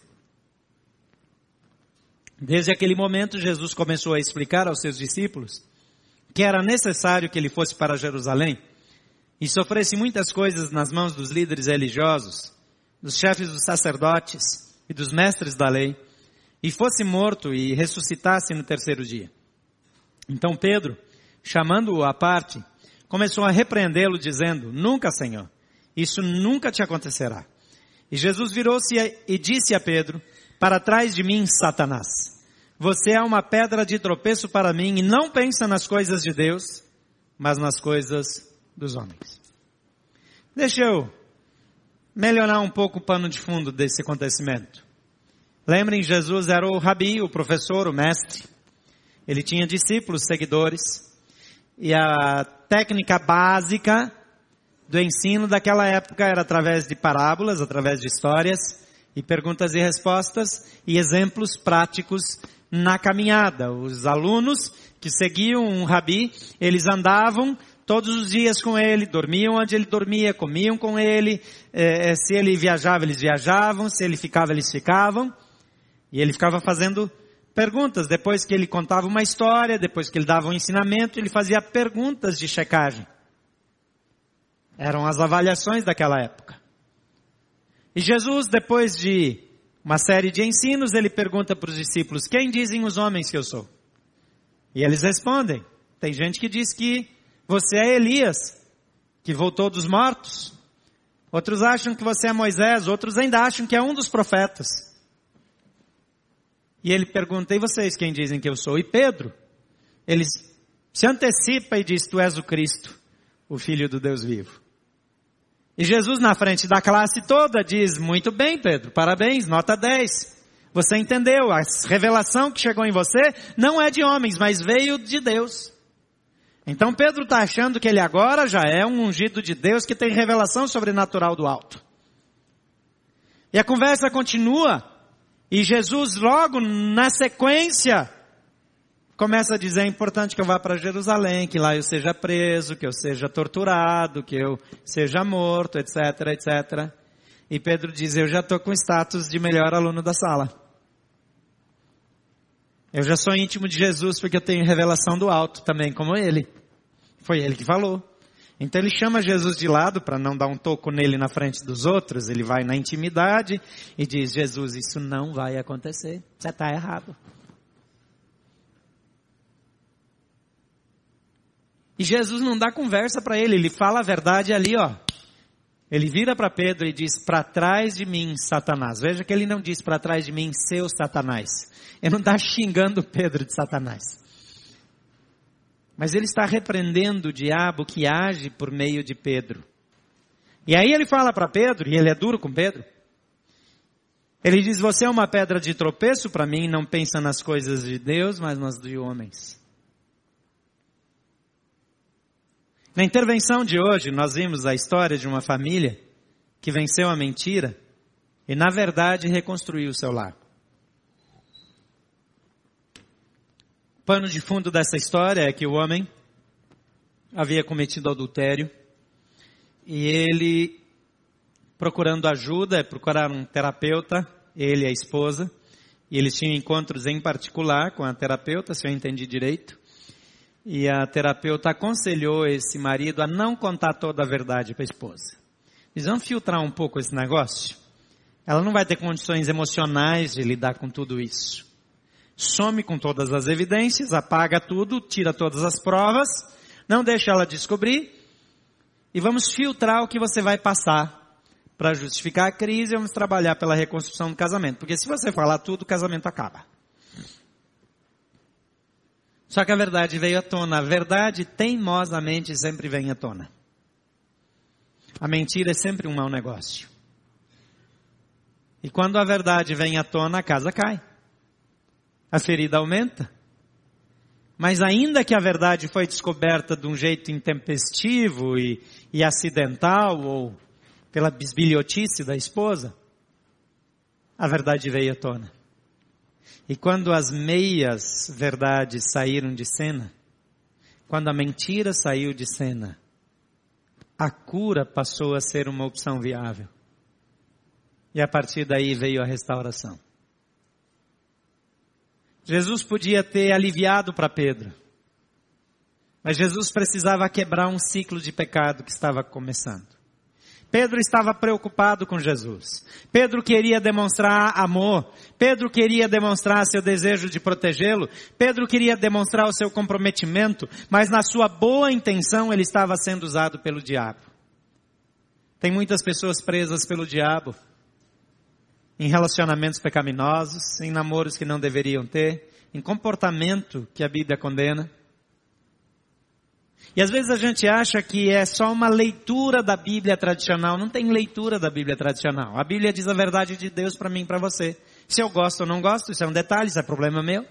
Desde aquele momento, Jesus começou a explicar aos seus discípulos que era necessário que ele fosse para Jerusalém e sofresse muitas coisas nas mãos dos líderes religiosos, dos chefes dos sacerdotes e dos mestres da lei, e fosse morto e ressuscitasse no terceiro dia. Então Pedro, chamando-o à parte, começou a repreendê-lo, dizendo: Nunca, Senhor, isso nunca te acontecerá. E Jesus virou-se e disse a Pedro: Para trás de mim, Satanás. Você é uma pedra de tropeço para mim e não pensa nas coisas de Deus, mas nas coisas dos homens. Deixa eu melhorar um pouco o pano de fundo desse acontecimento. Lembrem, Jesus era o rabi, o professor, o mestre. Ele tinha discípulos, seguidores. E a técnica básica do ensino daquela época era através de parábolas, através de histórias, e perguntas e respostas, e exemplos práticos na caminhada. Os alunos que seguiam um rabi, eles andavam todos os dias com ele, dormiam onde ele dormia, comiam com ele, eh, se ele viajava, eles viajavam, se ele ficava, eles ficavam, e ele ficava fazendo perguntas. Depois que ele contava uma história, depois que ele dava um ensinamento, ele fazia perguntas de checagem. Eram as avaliações daquela época. E Jesus, depois de uma série de ensinos, ele pergunta para os discípulos: quem dizem os homens que eu sou? E eles respondem: tem gente que diz que você é Elias, que voltou dos mortos. Outros acham que você é Moisés, outros ainda acham que é um dos profetas. E ele pergunta: e vocês quem dizem que eu sou? E Pedro, ele se antecipa e diz: tu és o Cristo, o Filho do Deus vivo. E Jesus, na frente da classe toda, diz: muito bem, Pedro, parabéns, nota dez. Você entendeu, a revelação que chegou em você não é de homens, mas veio de Deus. Então Pedro está achando que ele agora já é um ungido de Deus que tem revelação sobrenatural do alto. E a conversa continua, e Jesus logo na sequência começa a dizer: é importante que eu vá para Jerusalém, que lá eu seja preso, que eu seja torturado, que eu seja morto, etc, etcétera. E Pedro diz: eu já estou com status de melhor aluno da sala. Eu já sou íntimo de Jesus porque eu tenho revelação do alto também, como ele. Foi ele que falou. Então ele chama Jesus de lado para não dar um toco nele na frente dos outros. Ele vai na intimidade e diz: Jesus, isso não vai acontecer. Você está errado. E Jesus não dá conversa para ele, ele fala a verdade ali, ó. Ele vira para Pedro e diz: para trás de mim, Satanás. Veja que ele não diz: para trás de mim, seu Satanás. Ele não está xingando Pedro de Satanás. Mas ele está repreendendo o diabo que age por meio de Pedro. E aí ele fala para Pedro, e ele é duro com Pedro. Ele diz: você é uma pedra de tropeço para mim, não pensa nas coisas de Deus, mas nas de homens. Na intervenção de hoje, nós vimos a história de uma família que venceu a mentira e, na verdade, reconstruiu o seu lar. O pano de fundo dessa história é que o homem havia cometido adultério e ele, procurando ajuda, procurar um terapeuta, ele e a esposa, e eles tinham encontros em particular com a terapeuta, se eu entendi direito. E a terapeuta aconselhou esse marido a não contar toda a verdade para a esposa. Eles vão filtrar um pouco esse negócio. Ela não vai ter condições emocionais de lidar com tudo isso. Some com todas as evidências, apaga tudo, tira todas as provas, não deixa ela descobrir. E vamos filtrar o que você vai passar para justificar a crise e vamos trabalhar pela reconstrução do casamento. Porque se você falar tudo, o casamento acaba. Só que a verdade veio à tona. A verdade teimosamente sempre vem à tona. A mentira é sempre um mau negócio. E quando a verdade vem à tona, a casa cai. A ferida aumenta. Mas ainda que a verdade foi descoberta de um jeito intempestivo e, e acidental, ou pela bisbilhotice da esposa, a verdade veio à tona. E quando as meias verdades saíram de cena, quando a mentira saiu de cena, a cura passou a ser uma opção viável. E a partir daí veio a restauração. Jesus podia ter aliviado para Pedro. Mas Jesus precisava quebrar um ciclo de pecado que estava começando. Pedro estava preocupado com Jesus. Pedro queria demonstrar amor. Pedro queria demonstrar seu desejo de protegê-lo. Pedro queria demonstrar o seu comprometimento. Mas na sua boa intenção ele estava sendo usado pelo diabo. Tem muitas pessoas presas pelo diabo. Em relacionamentos pecaminosos, em namoros que não deveriam ter, em comportamento que a Bíblia condena. E às vezes a gente acha que é só uma leitura da Bíblia tradicional. Não tem leitura da Bíblia tradicional. A Bíblia diz a verdade de Deus para mim e para você. Se eu gosto ou não gosto, isso é um detalhe, isso é problema meu.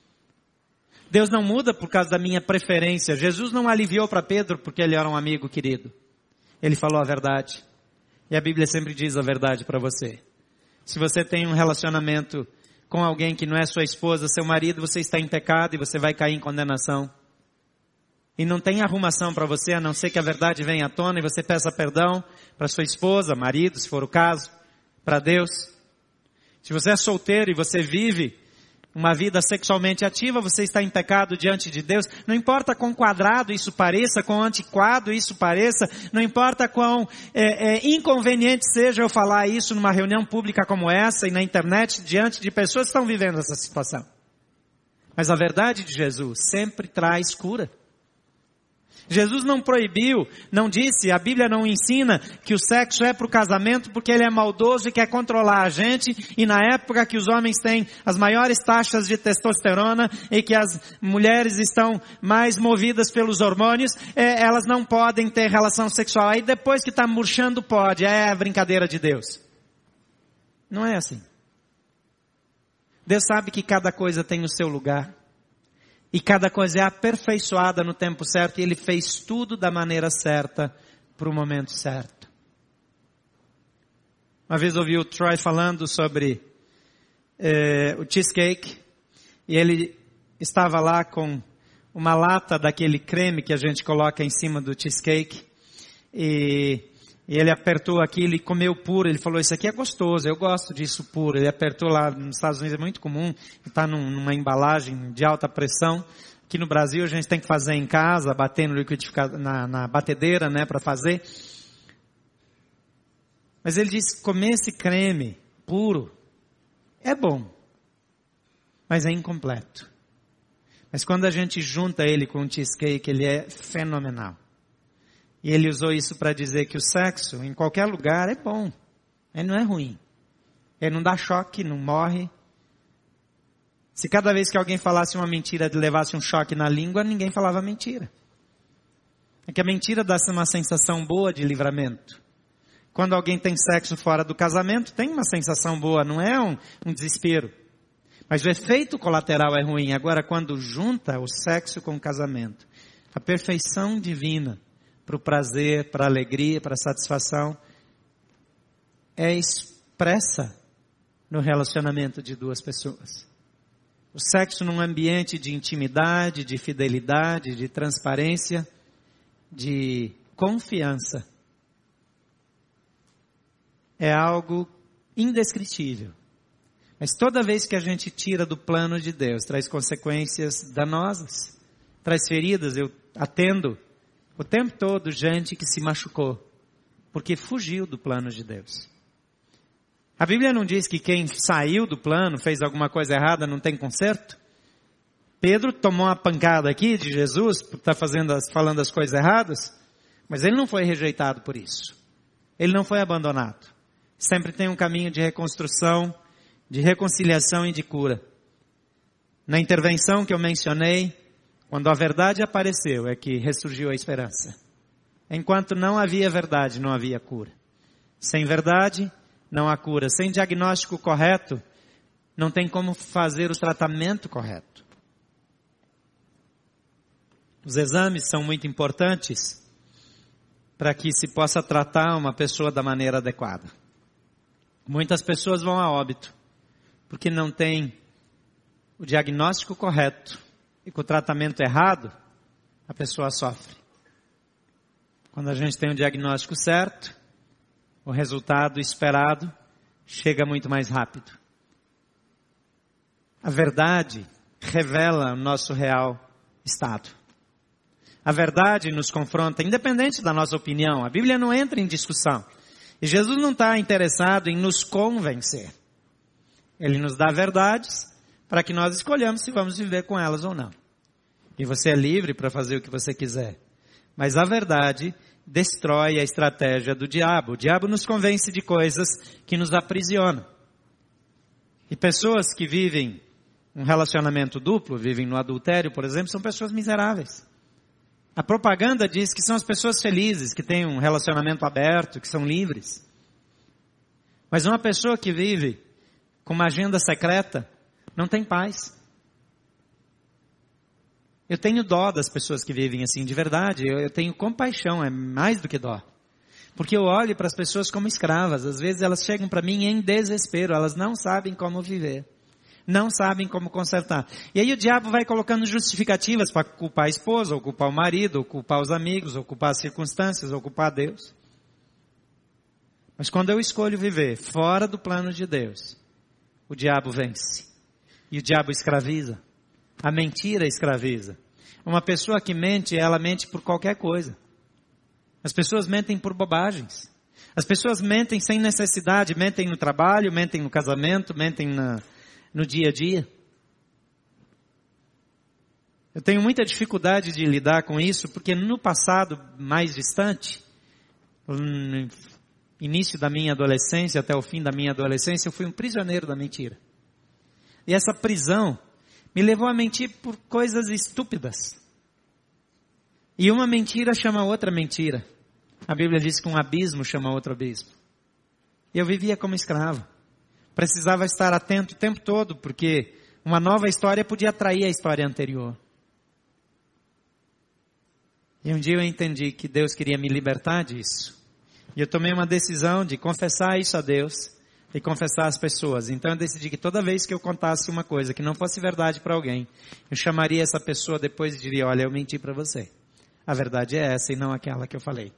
Deus não muda por causa da minha preferência. Jesus não aliviou para Pedro porque ele era um amigo querido. Ele falou a verdade. E a Bíblia sempre diz a verdade para você. Se você tem um relacionamento com alguém que não é sua esposa, seu marido, você está em pecado e você vai cair em condenação. E não tem arrumação para você, a não ser que a verdade venha à tona e você peça perdão para sua esposa, marido, se for o caso, para Deus. Se você é solteiro e você vive uma vida sexualmente ativa, você está em pecado diante de Deus. Não importa quão quadrado isso pareça, quão antiquado isso pareça, não importa quão é, é, inconveniente seja eu falar isso numa reunião pública como essa e na internet diante de pessoas que estão vivendo essa situação. Mas a verdade de Jesus sempre traz cura. Jesus não proibiu, não disse, a Bíblia não ensina que o sexo é para o casamento porque ele é maldoso e quer controlar a gente. E na época que os homens têm as maiores taxas de testosterona e que as mulheres estão mais movidas pelos hormônios, é, elas não podem ter relação sexual. Aí depois que está murchando pode, é a brincadeira de Deus. Não é assim. Deus sabe que cada coisa tem o seu lugar. E cada coisa é aperfeiçoada no tempo certo. E Ele fez tudo da maneira certa, para o momento certo. Uma vez ouvi o Troy falando sobre eh, o cheesecake. E ele estava lá com uma lata daquele creme que a gente coloca em cima do cheesecake. E, e ele apertou aquilo e comeu puro. Ele falou, isso aqui é gostoso, eu gosto disso puro. Ele apertou lá, nos Estados Unidos é muito comum, está num, numa embalagem de alta pressão. Aqui no Brasil a gente tem que fazer em casa, bater no liquidificador, na, na batedeira, né, para fazer. Mas ele disse, comer esse creme puro é bom, mas é incompleto. Mas quando a gente junta ele com o cheesecake, ele é fenomenal. E ele usou isso para dizer que o sexo, em qualquer lugar, é bom. Ele não é ruim. Ele não dá choque, não morre. Se cada vez que alguém falasse uma mentira, levasse um choque na língua, ninguém falava mentira. É que a mentira dá uma sensação boa de livramento. Quando alguém tem sexo fora do casamento, tem uma sensação boa, não é um, um desespero. Mas o efeito colateral é ruim. Agora, quando junta o sexo com o casamento, a perfeição divina, para o prazer, para a alegria, para a satisfação, é expressa no relacionamento de duas pessoas. O sexo num ambiente de intimidade, de fidelidade, de transparência, de confiança, é algo indescritível. Mas toda vez que a gente tira do plano de Deus, traz consequências danosas, traz feridas. Eu atendo o tempo todo gente que se machucou, porque fugiu do plano de Deus. A Bíblia não diz que quem saiu do plano, fez alguma coisa errada, não tem conserto? Pedro tomou uma pancada aqui de Jesus, por estar fazendo as, falando as coisas erradas, mas ele não foi rejeitado por isso. Ele não foi abandonado. Sempre tem um caminho de reconstrução, de reconciliação e de cura. Na intervenção que eu mencionei, quando a verdade apareceu, é que ressurgiu a esperança. Enquanto não havia verdade, não havia cura. Sem verdade, não há cura. Sem diagnóstico correto, não tem como fazer o tratamento correto. Os exames são muito importantes para que se possa tratar uma pessoa da maneira adequada. Muitas pessoas vão a óbito porque não tem o diagnóstico correto e com o tratamento errado, a pessoa sofre. Quando a gente tem o diagnóstico certo, o resultado esperado chega muito mais rápido. A verdade revela o nosso real estado. A verdade nos confronta, independente da nossa opinião. A Bíblia não entra em discussão. E Jesus não está interessado em nos convencer. Ele nos dá verdades para que nós escolhamos se vamos viver com elas ou não. E você é livre para fazer o que você quiser. Mas a verdade destrói a estratégia do diabo. O diabo nos convence de coisas que nos aprisionam. E pessoas que vivem um relacionamento duplo, vivem no adultério, por exemplo, são pessoas miseráveis. A propaganda diz que são as pessoas felizes, que têm um relacionamento aberto, que são livres. Mas uma pessoa que vive com uma agenda secreta não tem paz. Eu tenho dó das pessoas que vivem assim, de verdade. Eu, eu tenho compaixão, é mais do que dó. Porque eu olho para as pessoas como escravas. Às vezes elas chegam para mim em desespero. Elas não sabem como viver. Não sabem como consertar. E aí o diabo vai colocando justificativas para culpar a esposa, ou culpar o marido, ou culpar os amigos, ou culpar as circunstâncias, ou culpar Deus. Mas quando eu escolho viver fora do plano de Deus, o diabo vence. E o diabo escraviza. A mentira escraviza. Uma pessoa que mente, ela mente por qualquer coisa. As pessoas mentem por bobagens. As pessoas mentem sem necessidade, mentem no trabalho, mentem no casamento, mentem na, no dia a dia. Eu tenho muita dificuldade de lidar com isso, porque no passado mais distante, no início da minha adolescência até o fim da minha adolescência, eu fui um prisioneiro da mentira. E essa prisão me levou a mentir por coisas estúpidas. E uma mentira chama outra mentira. A Bíblia diz que um abismo chama outro abismo. E eu vivia como escravo. Precisava estar atento o tempo todo, porque uma nova história podia atrair a história anterior. E um dia eu entendi que Deus queria me libertar disso. E eu tomei uma decisão de confessar isso a Deus e confessar às pessoas. Então eu decidi que toda vez que eu contasse uma coisa que não fosse verdade para alguém, eu chamaria essa pessoa depois e diria: olha, eu menti para você. A verdade é essa e não aquela que eu falei.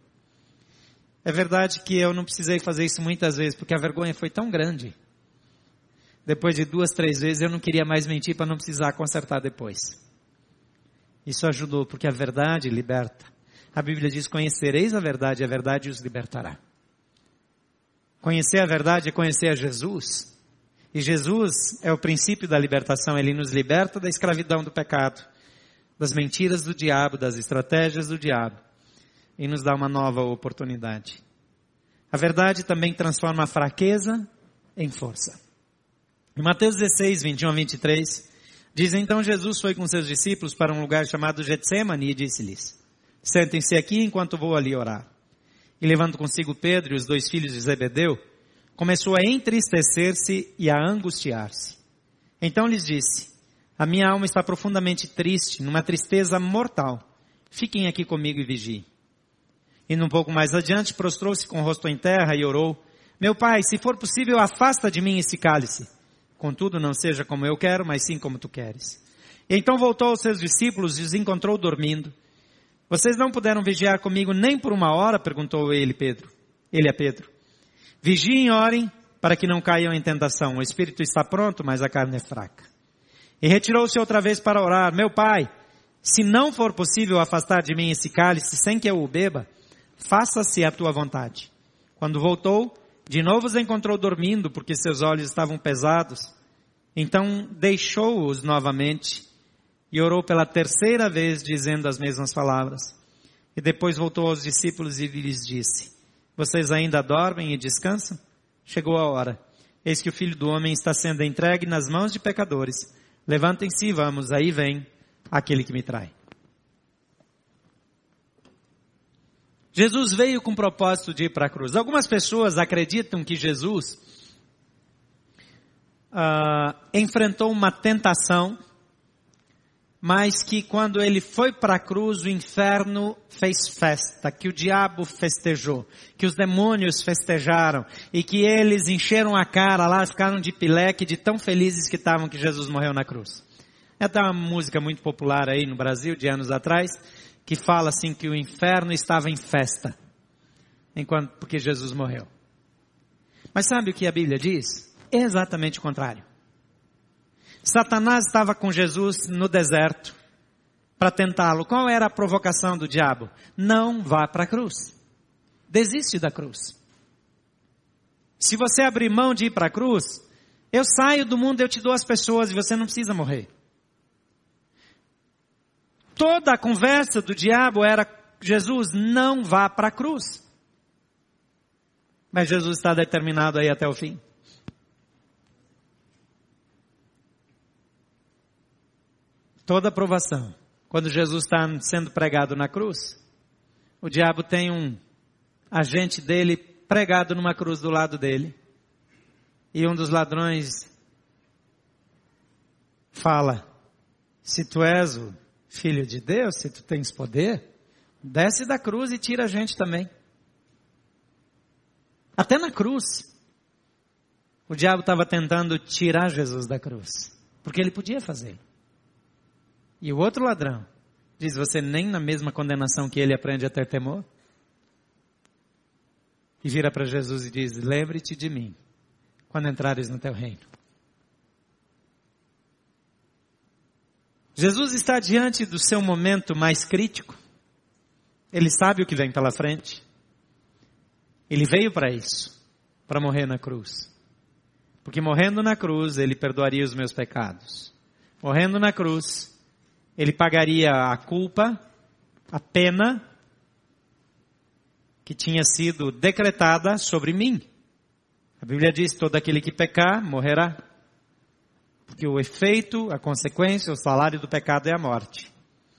É verdade que eu não precisei fazer isso muitas vezes, porque a vergonha foi tão grande. Depois de duas, três vezes eu não queria mais mentir para não precisar consertar depois. Isso ajudou, porque a verdade liberta. A Bíblia diz: conhecereis a verdade, e a verdade os libertará. Conhecer a verdade é conhecer a Jesus. E Jesus é o princípio da libertação. Ele nos liberta da escravidão do pecado, das mentiras do diabo, das estratégias do diabo, e nos dá uma nova oportunidade. A verdade também transforma a fraqueza em força. Em Mateus dezesseis, vinte e um a vinte e três, diz: então Jesus foi com seus discípulos para um lugar chamado Getsêmani e disse-lhes: sentem-se aqui enquanto vou ali orar. E levando consigo Pedro e os dois filhos de Zebedeu, começou a entristecer-se e a angustiar-se. Então lhes disse: a minha alma está profundamente triste, numa tristeza mortal. Fiquem aqui comigo e vigiem. Indo um pouco mais adiante, prostrou-se com o rosto em terra e orou: meu pai, se for possível, afasta de mim esse cálice. Contudo, não seja como eu quero, mas sim como tu queres. E então voltou aos seus discípulos e os encontrou dormindo. Vocês não puderam vigiar comigo nem por uma hora? Perguntou ele, Pedro. Ele a Pedro. Vigiem e orem para que não caiam em tentação. O espírito está pronto, mas a carne é fraca. E retirou-se outra vez para orar: meu pai, se não for possível afastar de mim esse cálice sem que eu o beba, faça-se a tua vontade. Quando voltou, de novo os encontrou dormindo, porque seus olhos estavam pesados. Então deixou-os novamente e orou pela terceira vez, dizendo as mesmas palavras. E depois voltou aos discípulos e lhes disse: vocês ainda dormem e descansam? Chegou a hora. Eis que o Filho do Homem está sendo entregue nas mãos de pecadores. Levantem-se e vamos, aí vem aquele que me trai. Jesus veio com o propósito de ir para a cruz. Algumas pessoas acreditam que Jesus uh, enfrentou uma tentação, mas que quando ele foi para a cruz, o inferno fez festa, que o diabo festejou, que os demônios festejaram, e que eles encheram a cara lá, ficaram de pileque, de tão felizes que estavam que Jesus morreu na cruz. É até uma música muito popular aí no Brasil, de anos atrás, que fala assim que o inferno estava em festa, enquanto, porque Jesus morreu. Mas sabe o que a Bíblia diz? É exatamente o contrário. Satanás estava com Jesus no deserto para tentá-lo. Qual era a provocação do diabo? Não vá para a cruz. Desiste da cruz. Se você abrir mão de ir para a cruz, eu saio do mundo, eu te dou as pessoas e você não precisa morrer. Toda a conversa do diabo era: Jesus, não vá para a cruz. Mas Jesus está determinado aí até o fim. Toda aprovação, quando Jesus está sendo pregado na cruz, o diabo tem um agente dele pregado numa cruz do lado dele. E um dos ladrões fala: se tu és o Filho de Deus, se tu tens poder, desce da cruz e tira a gente também. Até na cruz, o diabo estava tentando tirar Jesus da cruz, porque ele podia fazê-lo. E o outro ladrão diz: você nem na mesma condenação que ele aprende a ter temor? E vira para Jesus e diz: lembre-te de mim quando entrares no teu reino. Jesus está diante do seu momento mais crítico. Ele sabe o que vem pela frente. Ele veio para isso, para morrer na cruz. Porque morrendo na cruz, ele perdoaria os meus pecados. Morrendo na cruz, ele pagaria a culpa, a pena que tinha sido decretada sobre mim. A Bíblia diz: todo aquele que pecar, morrerá. Porque o efeito, a consequência, o salário do pecado é a morte.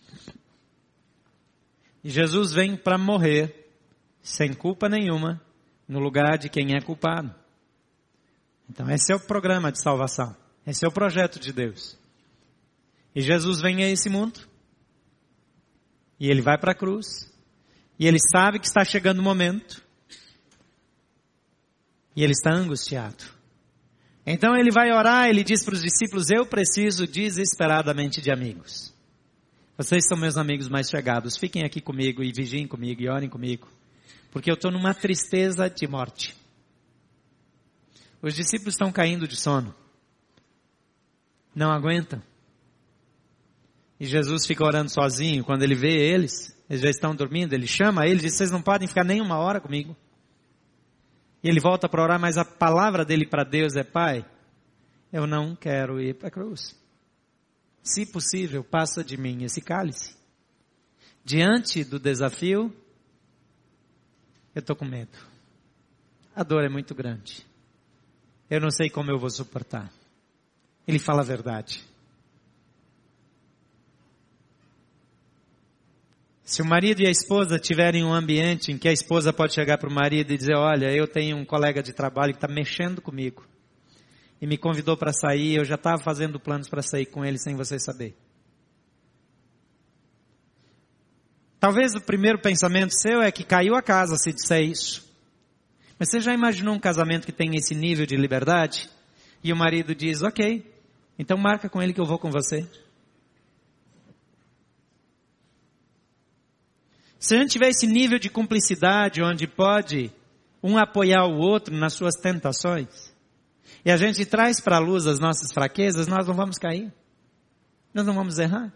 E Jesus vem para morrer, sem culpa nenhuma, no lugar de quem é culpado. Então esse é o programa de salvação. Esse é o projeto de Deus. E Jesus vem a esse mundo. E ele vai para a cruz. E ele sabe que está chegando o momento. E ele está angustiado. Então ele vai orar, ele diz para os discípulos: eu preciso desesperadamente de amigos. Vocês são meus amigos mais chegados. Fiquem aqui comigo e vigiem comigo e orem comigo. Porque eu estou numa tristeza de morte. Os discípulos estão caindo de sono. Não aguentam. E Jesus fica orando sozinho. Quando ele vê eles, eles já estão dormindo, ele chama eles e diz: vocês não podem ficar nem uma hora comigo. E ele volta para orar, mas a palavra dele para Deus é: Pai, eu não quero ir para a cruz. Se possível, passa de mim esse cálice. Diante do desafio, eu estou com medo. A dor é muito grande. Eu não sei como eu vou suportar. Ele fala a verdade. Se o marido e a esposa tiverem um ambiente em que a esposa pode chegar para o marido e dizer: olha, eu tenho um colega de trabalho que está mexendo comigo e me convidou para sair, eu já estava fazendo planos para sair com ele sem você saber. Talvez o primeiro pensamento seu é que caiu a casa se disser isso. Mas você já imaginou um casamento que tem esse nível de liberdade? E o marido diz: ok, então marca com ele que eu vou com você. Se a gente tiver esse nível de cumplicidade, onde pode um apoiar o outro nas suas tentações, e a gente traz para a luz as nossas fraquezas, nós não vamos cair. Nós não vamos errar.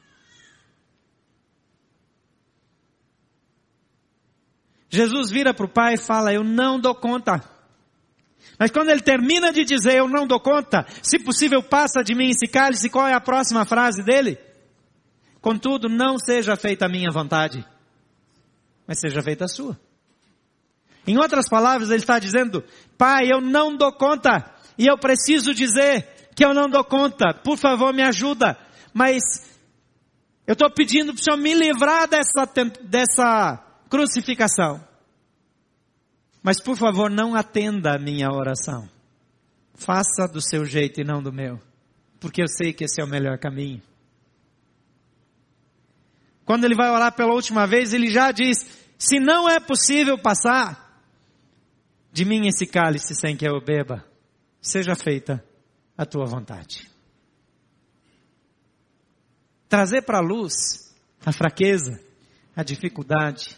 Jesus vira para o Pai e fala: eu não dou conta. Mas quando ele termina de dizer eu não dou conta, se possível passa de mim esse cálice, qual é a próxima frase dele? Contudo, não seja feita a minha vontade, mas seja feita a sua. Em outras palavras, ele está dizendo: Pai, eu não dou conta, e eu preciso dizer que eu não dou conta, por favor me ajuda, mas eu estou pedindo para o Senhor me livrar dessa, dessa crucificação. Mas por favor, não atenda a minha oração. Faça do seu jeito e não do meu. Porque eu sei que esse é o melhor caminho. Quando ele vai orar pela última vez, ele já diz, se não é possível passar de mim esse cálice sem que eu beba, seja feita a tua vontade. Trazer para a luz a fraqueza, a dificuldade,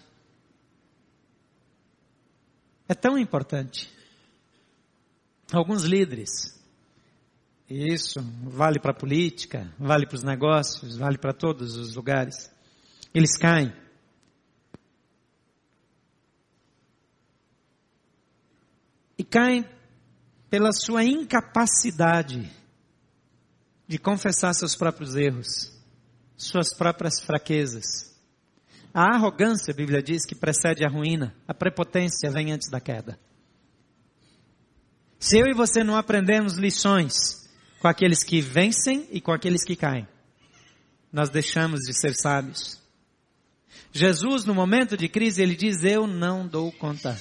é tão importante. Alguns líderes, e isso vale para a política, vale para os negócios, vale para todos os lugares, eles caem. E caem pela sua incapacidade de confessar seus próprios erros, suas próprias fraquezas. A arrogância, a Bíblia diz, que precede a ruína. A prepotência vem antes da queda. Se eu e você não aprendemos lições com aqueles que vencem e com aqueles que caem, nós deixamos de ser sábios. Jesus, no momento de crise, ele diz, eu não dou conta.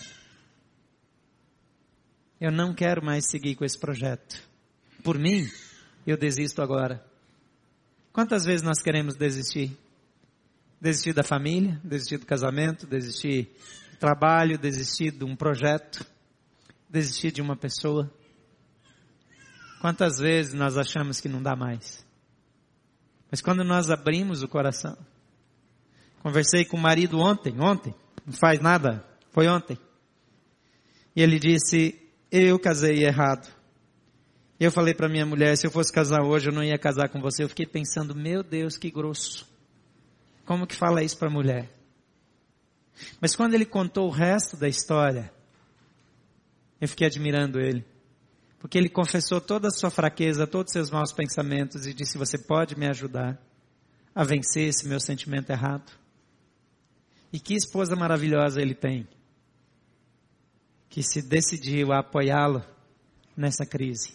Eu não quero mais seguir com esse projeto. Por mim, eu desisto agora. Quantas vezes nós queremos desistir? Desistir da família, desistir do casamento, desistir do trabalho, desistir de um projeto, desistir de uma pessoa. Quantas vezes nós achamos que não dá mais? Mas quando nós abrimos o coração, conversei com o marido ontem, ontem, não faz nada, foi ontem. E ele disse, eu casei errado. Eu falei para minha mulher, se eu fosse casar hoje, eu não ia casar com você. Eu fiquei pensando, meu Deus, que grosso. Como que fala isso para a mulher? Mas quando ele contou o resto da história, eu fiquei admirando ele. Porque ele confessou toda a sua fraqueza, todos os seus maus pensamentos e disse, você pode me ajudar a vencer esse meu sentimento errado? E que esposa maravilhosa ele tem, que se decidiu a apoiá-lo nessa crise.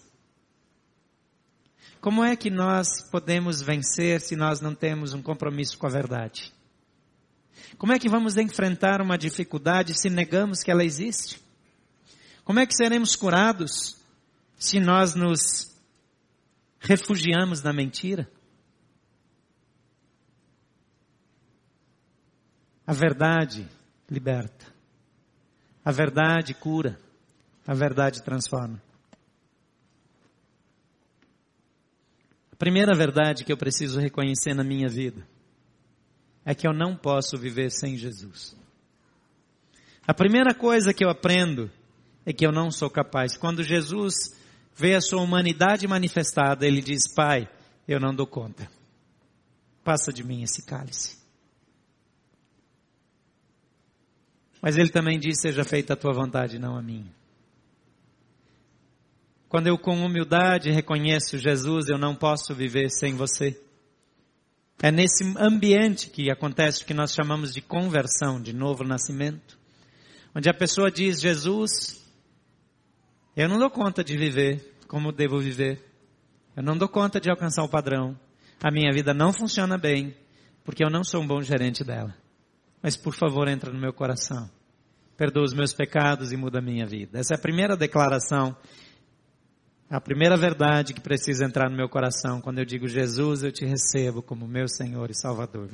Como é que nós podemos vencer se nós não temos um compromisso com a verdade? Como é que vamos enfrentar uma dificuldade se negamos que ela existe? Como é que seremos curados se nós nos refugiamos na mentira? A verdade liberta. A verdade cura. A verdade transforma. A primeira verdade que eu preciso reconhecer na minha vida é que eu não posso viver sem Jesus. A primeira coisa que eu aprendo é que eu não sou capaz. Quando Jesus vê a sua humanidade manifestada, ele diz, Pai, eu não dou conta. Passa de mim esse cálice. Mas ele também diz, seja feita a tua vontade, não a minha. Quando eu com humildade reconheço Jesus, eu não posso viver sem você. É nesse ambiente que acontece o que nós chamamos de conversão, de novo nascimento. Onde a pessoa diz, Jesus, eu não dou conta de viver como devo viver. Eu não dou conta de alcançar o padrão. A minha vida não funciona bem, porque eu não sou um bom gerente dela. Mas por favor, entra no meu coração. Perdoa os meus pecados e muda a minha vida. Essa é a primeira declaração. A primeira verdade que precisa entrar no meu coração quando eu digo, Jesus, eu te recebo como meu Senhor e Salvador.